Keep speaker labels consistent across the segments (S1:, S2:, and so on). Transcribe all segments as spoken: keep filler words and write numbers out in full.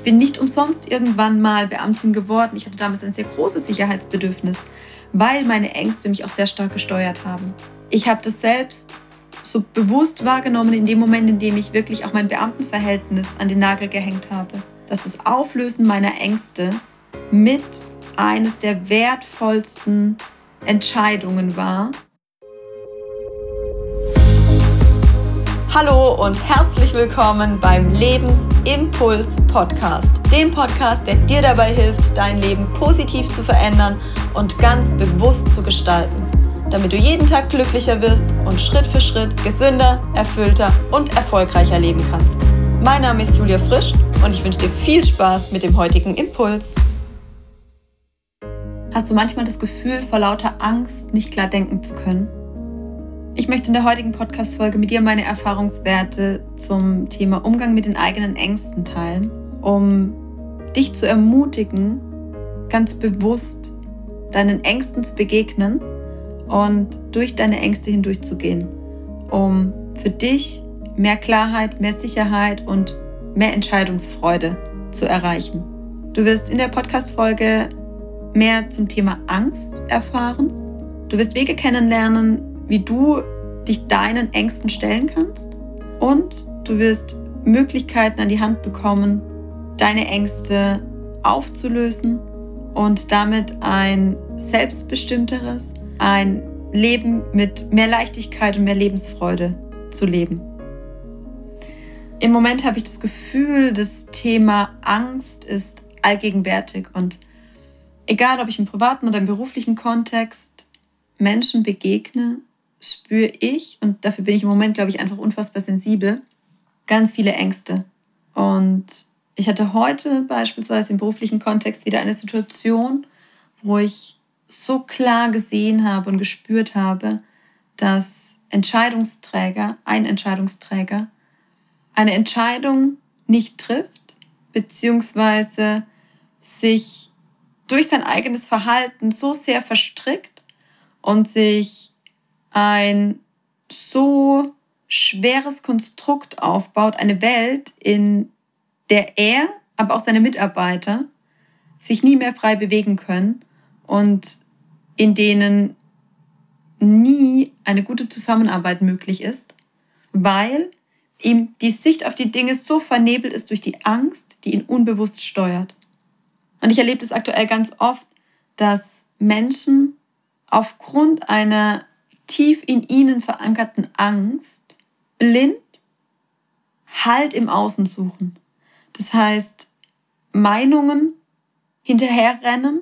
S1: bin nicht umsonst irgendwann mal Beamtin geworden. Ich hatte damals ein sehr großes Sicherheitsbedürfnis, weil meine Ängste mich auch sehr stark gesteuert haben. Ich habe das selbst so bewusst wahrgenommen in dem Moment, in dem ich wirklich auch mein Beamtenverhältnis an den Nagel gehängt habe. Dass das Auflösen meiner Ängste mit eines der wertvollsten Entscheidungen war. Hallo und herzlich willkommen beim Lebensimpuls Podcast. Dem Podcast, der dir dabei hilft, dein Leben positiv zu verändern und ganz bewusst zu gestalten, damit du jeden Tag glücklicher wirst und Schritt für Schritt gesünder, erfüllter und erfolgreicher leben kannst. Mein Name ist Julia Frisch und ich wünsche dir viel Spaß mit dem heutigen Impuls. Hast du manchmal das Gefühl, vor lauter Angst nicht klar denken zu können? Ich möchte in der heutigen Podcast-Folge mit dir meine Erfahrungswerte zum Thema Umgang mit den eigenen Ängsten teilen, um dich zu ermutigen, ganz bewusst deinen Ängsten zu begegnen und durch deine Ängste hindurchzugehen, um für dich mehr Klarheit, mehr Sicherheit und mehr Entscheidungsfreude zu erreichen. Du wirst in der Podcast-Folge mehr zum Thema Angst erfahren. Du wirst Wege kennenlernen, wie du dich deinen Ängsten stellen kannst, und du wirst Möglichkeiten an die Hand bekommen, deine Ängste aufzulösen und damit ein selbstbestimmteres, ein Leben mit mehr Leichtigkeit und mehr Lebensfreude zu leben. Im Moment habe ich das Gefühl, das Thema Angst ist allgegenwärtig, und egal, ob ich im privaten oder im beruflichen Kontext Menschen begegne, spüre ich, und dafür bin ich im Moment, glaube ich, einfach unfassbar sensibel, ganz viele Ängste. Und ich hatte heute beispielsweise im beruflichen Kontext wieder eine Situation, wo ich so klar gesehen habe und gespürt habe, dass Entscheidungsträger, ein Entscheidungsträger, eine Entscheidung nicht trifft, beziehungsweise sich durch sein eigenes Verhalten so sehr verstrickt und sich ein so schweres Konstrukt aufbaut, eine Welt, in der er, aber auch seine Mitarbeiter sich nie mehr frei bewegen können und in denen nie eine gute Zusammenarbeit möglich ist, weil ihm die Sicht auf die Dinge so vernebelt ist durch die Angst, die ihn unbewusst steuert. Und ich erlebe das aktuell ganz oft, dass Menschen aufgrund einer tief in ihnen verankerten Angst blind Halt im Außen suchen. Das heißt, Meinungen hinterherrennen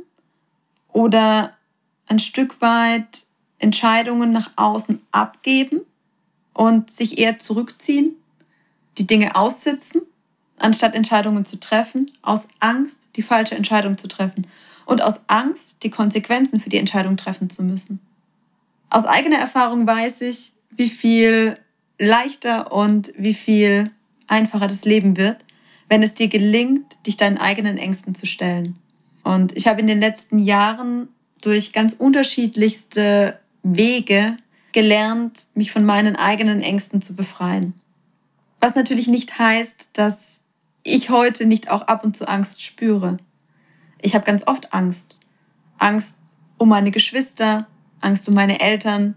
S1: oder ein Stück weit Entscheidungen nach außen abgeben und sich eher zurückziehen, die Dinge aussitzen, anstatt Entscheidungen zu treffen, aus Angst, die falsche Entscheidung zu treffen und aus Angst, die Konsequenzen für die Entscheidung treffen zu müssen. Aus eigener Erfahrung weiß ich, wie viel leichter und wie viel einfacher das Leben wird, wenn es dir gelingt, dich deinen eigenen Ängsten zu stellen. Und ich habe in den letzten Jahren durch ganz unterschiedlichste Wege gelernt, mich von meinen eigenen Ängsten zu befreien. Was natürlich nicht heißt, dass ich heute nicht auch ab und zu Angst spüre. Ich habe ganz oft Angst. Angst um meine Geschwister, Angst um meine Eltern,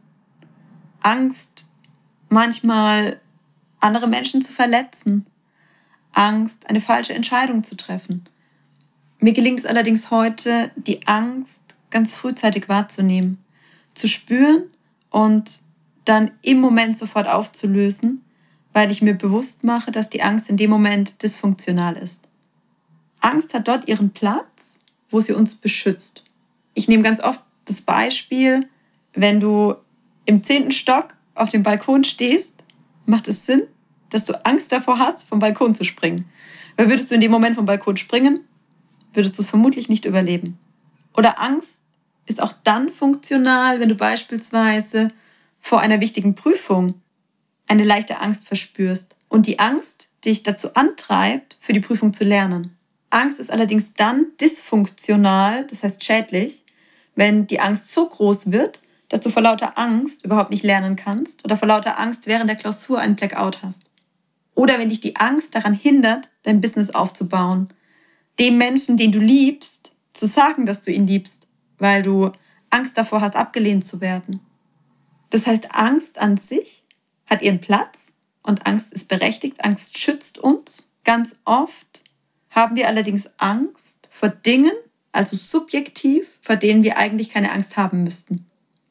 S1: Angst, manchmal andere Menschen zu verletzen, Angst, eine falsche Entscheidung zu treffen. Mir gelingt es allerdings heute, die Angst ganz frühzeitig wahrzunehmen, zu spüren und dann im Moment sofort aufzulösen, weil ich mir bewusst mache, dass die Angst in dem Moment dysfunktional ist. Angst hat dort ihren Platz, wo sie uns beschützt. Ich nehme ganz oft das Beispiel, wenn du im zehnten Stock auf dem Balkon stehst, macht es Sinn, dass du Angst davor hast, vom Balkon zu springen. Weil würdest du in dem Moment vom Balkon springen, würdest du es vermutlich nicht überleben. Oder Angst ist auch dann funktional, wenn du beispielsweise vor einer wichtigen Prüfung eine leichte Angst verspürst und die Angst dich dazu antreibt, für die Prüfung zu lernen. Angst ist allerdings dann dysfunktional, das heißt schädlich, wenn die Angst so groß wird, dass du vor lauter Angst überhaupt nicht lernen kannst oder vor lauter Angst während der Klausur einen Blackout hast. Oder wenn dich die Angst daran hindert, dein Business aufzubauen, dem Menschen, den du liebst, zu sagen, dass du ihn liebst, weil du Angst davor hast, abgelehnt zu werden. Das heißt, Angst an sich hat ihren Platz und Angst ist berechtigt. Angst schützt uns. Ganz oft haben wir allerdings Angst vor Dingen, also subjektiv, vor denen wir eigentlich keine Angst haben müssten.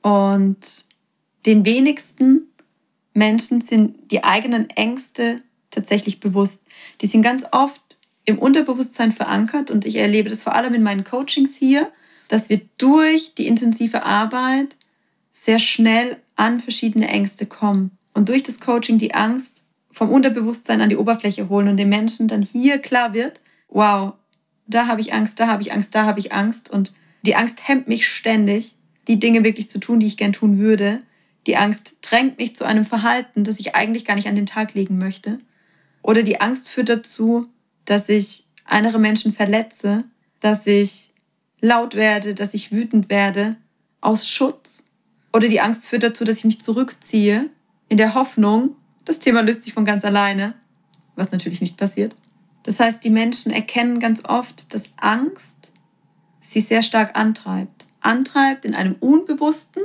S1: Und den wenigsten Menschen sind die eigenen Ängste tatsächlich bewusst. Die sind ganz oft im Unterbewusstsein verankert und ich erlebe das vor allem in meinen Coachings hier, dass wir durch die intensive Arbeit sehr schnell an verschiedene Ängste kommen und durch das Coaching die Angst vom Unterbewusstsein an die Oberfläche holen und den Menschen dann hier klar wird, wow, da habe ich Angst, da habe ich Angst, da habe ich Angst und die Angst hemmt mich ständig, die Dinge wirklich zu tun, die ich gern tun würde. Die Angst drängt mich zu einem Verhalten, das ich eigentlich gar nicht an den Tag legen möchte. Oder die Angst führt dazu, dass ich andere Menschen verletze, dass ich laut werde, dass ich wütend werde, aus Schutz. Oder die Angst führt dazu, dass ich mich zurückziehe, in der Hoffnung, das Thema löst sich von ganz alleine, was natürlich nicht passiert. Das heißt, die Menschen erkennen ganz oft, dass Angst sie sehr stark antreibt. Antreibt in einem unbewussten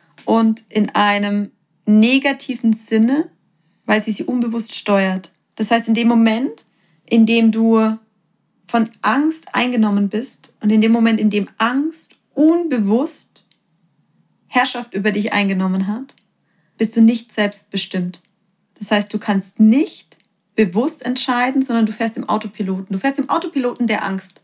S1: und in einem negativen Sinne, weil sie sie unbewusst steuert. Das heißt, in dem Moment, in dem du von Angst eingenommen bist und in dem Moment, in dem Angst unbewusst Herrschaft über dich eingenommen hat, bist du nicht selbstbestimmt. Das heißt, du kannst nicht bewusst entscheiden, sondern du fährst im Autopiloten. Du fährst im Autopiloten der Angst.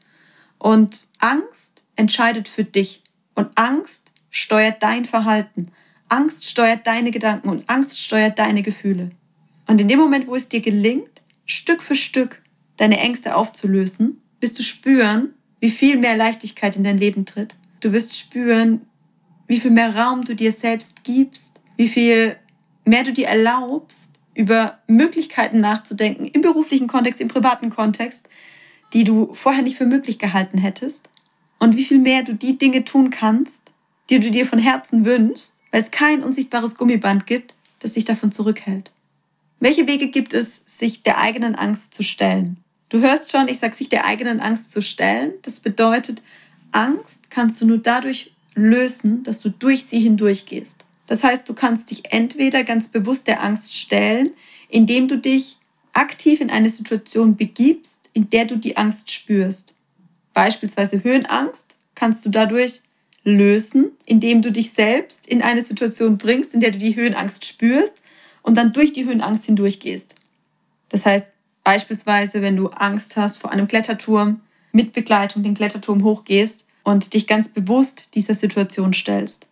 S1: Und Angst entscheidet für dich. Und Angst steuert dein Verhalten. Angst steuert deine Gedanken und Angst steuert deine Gefühle. Und in dem Moment, wo es dir gelingt, Stück für Stück deine Ängste aufzulösen, wirst du spüren, wie viel mehr Leichtigkeit in dein Leben tritt. Du wirst spüren, wie viel mehr Raum du dir selbst gibst, wie viel mehr du dir erlaubst, über Möglichkeiten nachzudenken, im beruflichen Kontext, im privaten Kontext, die du vorher nicht für möglich gehalten hättest. Und wie viel mehr du die Dinge tun kannst, die du dir von Herzen wünschst, weil es kein unsichtbares Gummiband gibt, das dich davon zurückhält. Welche Wege gibt es, sich der eigenen Angst zu stellen? Du hörst schon, ich sage, sich der eigenen Angst zu stellen. Das bedeutet, Angst kannst du nur dadurch lösen, dass du durch sie hindurchgehst. Das heißt, du kannst dich entweder ganz bewusst der Angst stellen, indem du dich aktiv in eine Situation begibst, in der du die Angst spürst. Beispielsweise Höhenangst kannst du dadurch lösen, indem du dich selbst in eine Situation bringst, in der du die Höhenangst spürst und dann durch die Höhenangst hindurchgehst. Das heißt, beispielsweise, wenn du Angst hast vor einem Kletterturm, mit Begleitung den Kletterturm hochgehst und dich ganz bewusst dieser Situation stellst.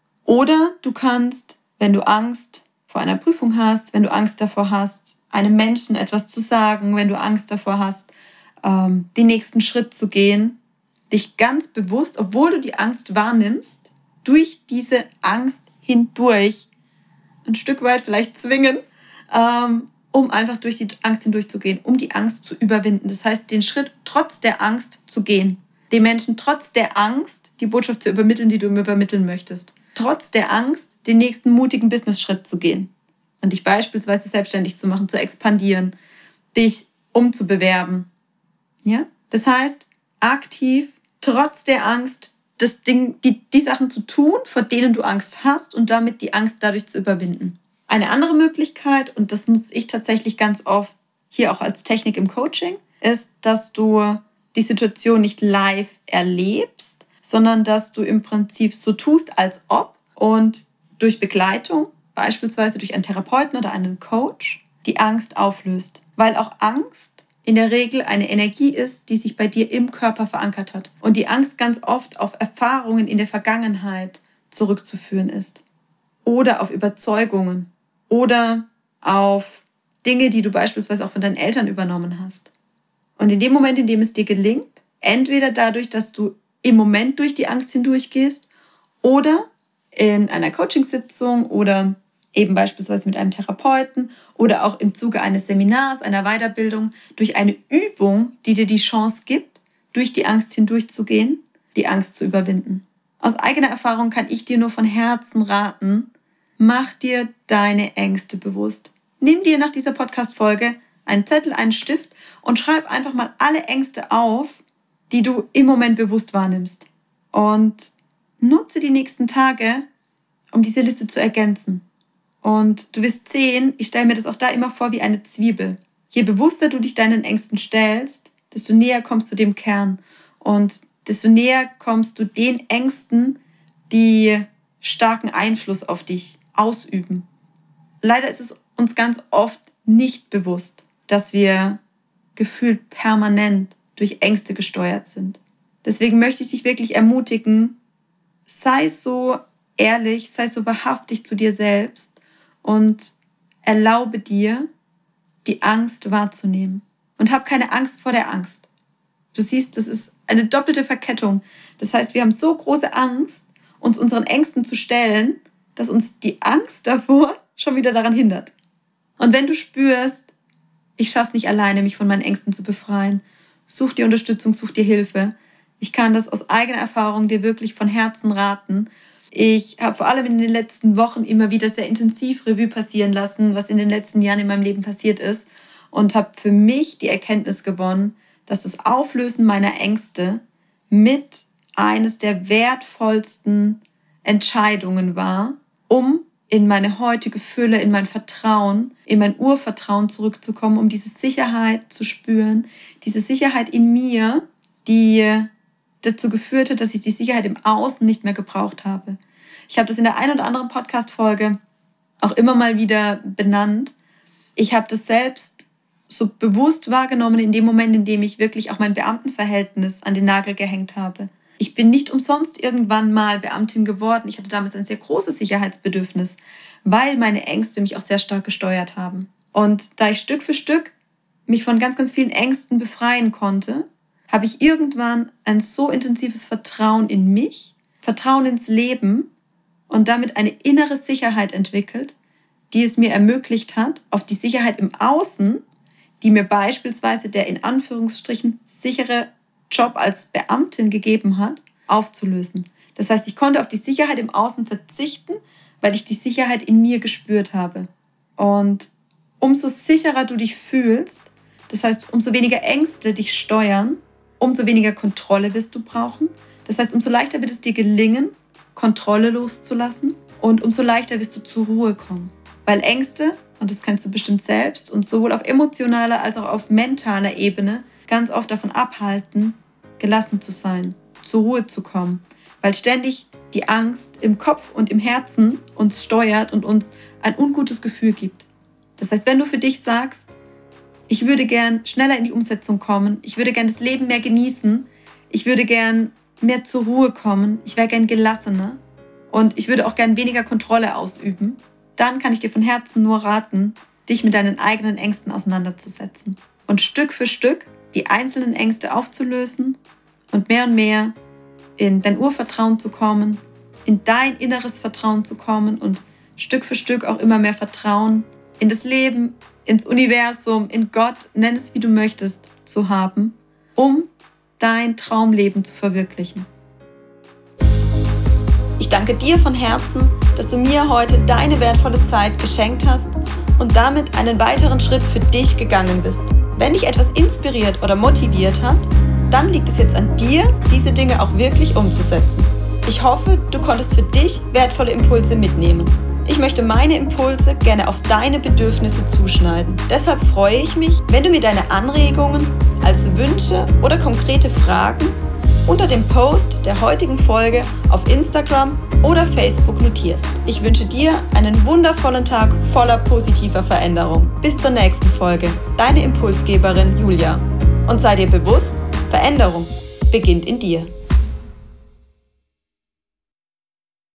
S1: Oder du kannst, wenn du Angst vor einer Prüfung hast, wenn du Angst davor hast, einem Menschen etwas zu sagen, wenn du Angst davor hast, ähm, den nächsten Schritt zu gehen, dich ganz bewusst, obwohl du die Angst wahrnimmst, durch diese Angst hindurch ein Stück weit vielleicht zwingen, ähm, um einfach durch die Angst hindurchzugehen, um die Angst zu überwinden. Das heißt, den Schritt trotz der Angst zu gehen, den Menschen trotz der Angst die Botschaft zu übermitteln, die du ihm übermitteln möchtest. Trotz der Angst, den nächsten mutigen Business-Schritt zu gehen und dich beispielsweise selbstständig zu machen, zu expandieren, dich umzubewerben. Ja? Das heißt, aktiv, trotz der Angst, das Ding, die, die Sachen zu tun, vor denen du Angst hast und damit die Angst dadurch zu überwinden. Eine andere Möglichkeit, und das nutze ich tatsächlich ganz oft hier auch als Technik im Coaching, ist, dass du die Situation nicht live erlebst, sondern dass du im Prinzip so tust, als ob und durch Begleitung, beispielsweise durch einen Therapeuten oder einen Coach, die Angst auflöst. Weil auch Angst in der Regel eine Energie ist, die sich bei dir im Körper verankert hat. Und die Angst ganz oft auf Erfahrungen in der Vergangenheit zurückzuführen ist. Oder auf Überzeugungen. Oder auf Dinge, die du beispielsweise auch von deinen Eltern übernommen hast. Und in dem Moment, in dem es dir gelingt, entweder dadurch, dass du im Moment durch die Angst hindurchgehst oder in einer Coachingsitzung oder eben beispielsweise mit einem Therapeuten oder auch im Zuge eines Seminars, einer Weiterbildung, durch eine Übung, die dir die Chance gibt, durch die Angst hindurchzugehen, die Angst zu überwinden. Aus eigener Erfahrung kann ich dir nur von Herzen raten, mach dir deine Ängste bewusst. Nimm dir nach dieser Podcast-Folge einen Zettel, einen Stift und schreib einfach mal alle Ängste auf, die du im Moment bewusst wahrnimmst. Und nutze die nächsten Tage, um diese Liste zu ergänzen. Und du wirst sehen, ich stelle mir das auch da immer vor wie eine Zwiebel. Je bewusster du dich deinen Ängsten stellst, desto näher kommst du dem Kern. Und desto näher kommst du den Ängsten, die starken Einfluss auf dich ausüben. Leider ist es uns ganz oft nicht bewusst, dass wir gefühlt permanent durch Ängste gesteuert sind. Deswegen möchte ich dich wirklich ermutigen, sei so ehrlich, sei so wahrhaftig zu dir selbst und erlaube dir, die Angst wahrzunehmen. Und hab keine Angst vor der Angst. Du siehst, das ist eine doppelte Verkettung. Das heißt, wir haben so große Angst, uns unseren Ängsten zu stellen, dass uns die Angst davor schon wieder daran hindert. Und wenn du spürst, ich schaff's nicht alleine, mich von meinen Ängsten zu befreien, such dir Unterstützung, such dir Hilfe. Ich kann das aus eigener Erfahrung dir wirklich von Herzen raten. Ich habe vor allem in den letzten Wochen immer wieder sehr intensiv Revue passieren lassen, was in den letzten Jahren in meinem Leben passiert ist und habe für mich die Erkenntnis gewonnen, dass das Auflösen meiner Ängste mit eines der wertvollsten Entscheidungen war, um in meine heutige Fülle, in mein Vertrauen, in mein Urvertrauen zurückzukommen, um diese Sicherheit zu spüren, diese Sicherheit in mir, die dazu geführt hat, dass ich die Sicherheit im Außen nicht mehr gebraucht habe. Ich habe das in der einen oder anderen Podcast-Folge auch immer mal wieder benannt. Ich habe das selbst so bewusst wahrgenommen in dem Moment, in dem ich wirklich auch mein Beamtenverhältnis an den Nagel gehängt habe. Ich bin nicht umsonst irgendwann mal Beamtin geworden. Ich hatte damals ein sehr großes Sicherheitsbedürfnis, weil meine Ängste mich auch sehr stark gesteuert haben. Und da ich Stück für Stück mich von ganz, ganz vielen Ängsten befreien konnte, habe ich irgendwann ein so intensives Vertrauen in mich, Vertrauen ins Leben und damit eine innere Sicherheit entwickelt, die es mir ermöglicht hat, auf die Sicherheit im Außen, die mir beispielsweise der in Anführungsstrichen sichere Job als Beamtin gegeben hat, aufzulösen. Das heißt, ich konnte auf die Sicherheit im Außen verzichten, weil ich die Sicherheit in mir gespürt habe. Und umso sicherer du dich fühlst, das heißt, umso weniger Ängste dich steuern, umso weniger Kontrolle wirst du brauchen. Das heißt, umso leichter wird es dir gelingen, Kontrolle loszulassen und umso leichter wirst du zur Ruhe kommen. Weil Ängste, und das kennst du bestimmt selbst, uns sowohl auf emotionaler als auch auf mentaler Ebene ganz oft davon abhalten, gelassen zu sein, zur Ruhe zu kommen. Weil ständig die Angst im Kopf und im Herzen uns steuert und uns ein ungutes Gefühl gibt. Das heißt, wenn du für dich sagst, ich würde gern schneller in die Umsetzung kommen, ich würde gern das Leben mehr genießen, ich würde gern mehr zur Ruhe kommen, ich wäre gern gelassener und ich würde auch gern weniger Kontrolle ausüben, dann kann ich dir von Herzen nur raten, dich mit deinen eigenen Ängsten auseinanderzusetzen und Stück für Stück die einzelnen Ängste aufzulösen und mehr und mehr in dein Urvertrauen zu kommen, in dein inneres Vertrauen zu kommen und Stück für Stück auch immer mehr Vertrauen in das Leben, ins Universum, in Gott, nenn es wie du möchtest, zu haben, um dein Traumleben zu verwirklichen. Ich danke dir von Herzen, dass du mir heute deine wertvolle Zeit geschenkt hast und damit einen weiteren Schritt für dich gegangen bist. Wenn dich etwas inspiriert oder motiviert hat, dann liegt es jetzt an dir, diese Dinge auch wirklich umzusetzen. Ich hoffe, du konntest für dich wertvolle Impulse mitnehmen. Ich möchte meine Impulse gerne auf deine Bedürfnisse zuschneiden. Deshalb freue ich mich, wenn du mir deine Anregungen als Wünsche oder konkrete Fragen unter dem Post der heutigen Folge auf Instagram oder Facebook notierst. Ich wünsche dir einen wundervollen Tag voller positiver Veränderung. Bis zur nächsten Folge. Deine Impulsgeberin Julia. Und sei dir bewusst, Veränderung beginnt in dir.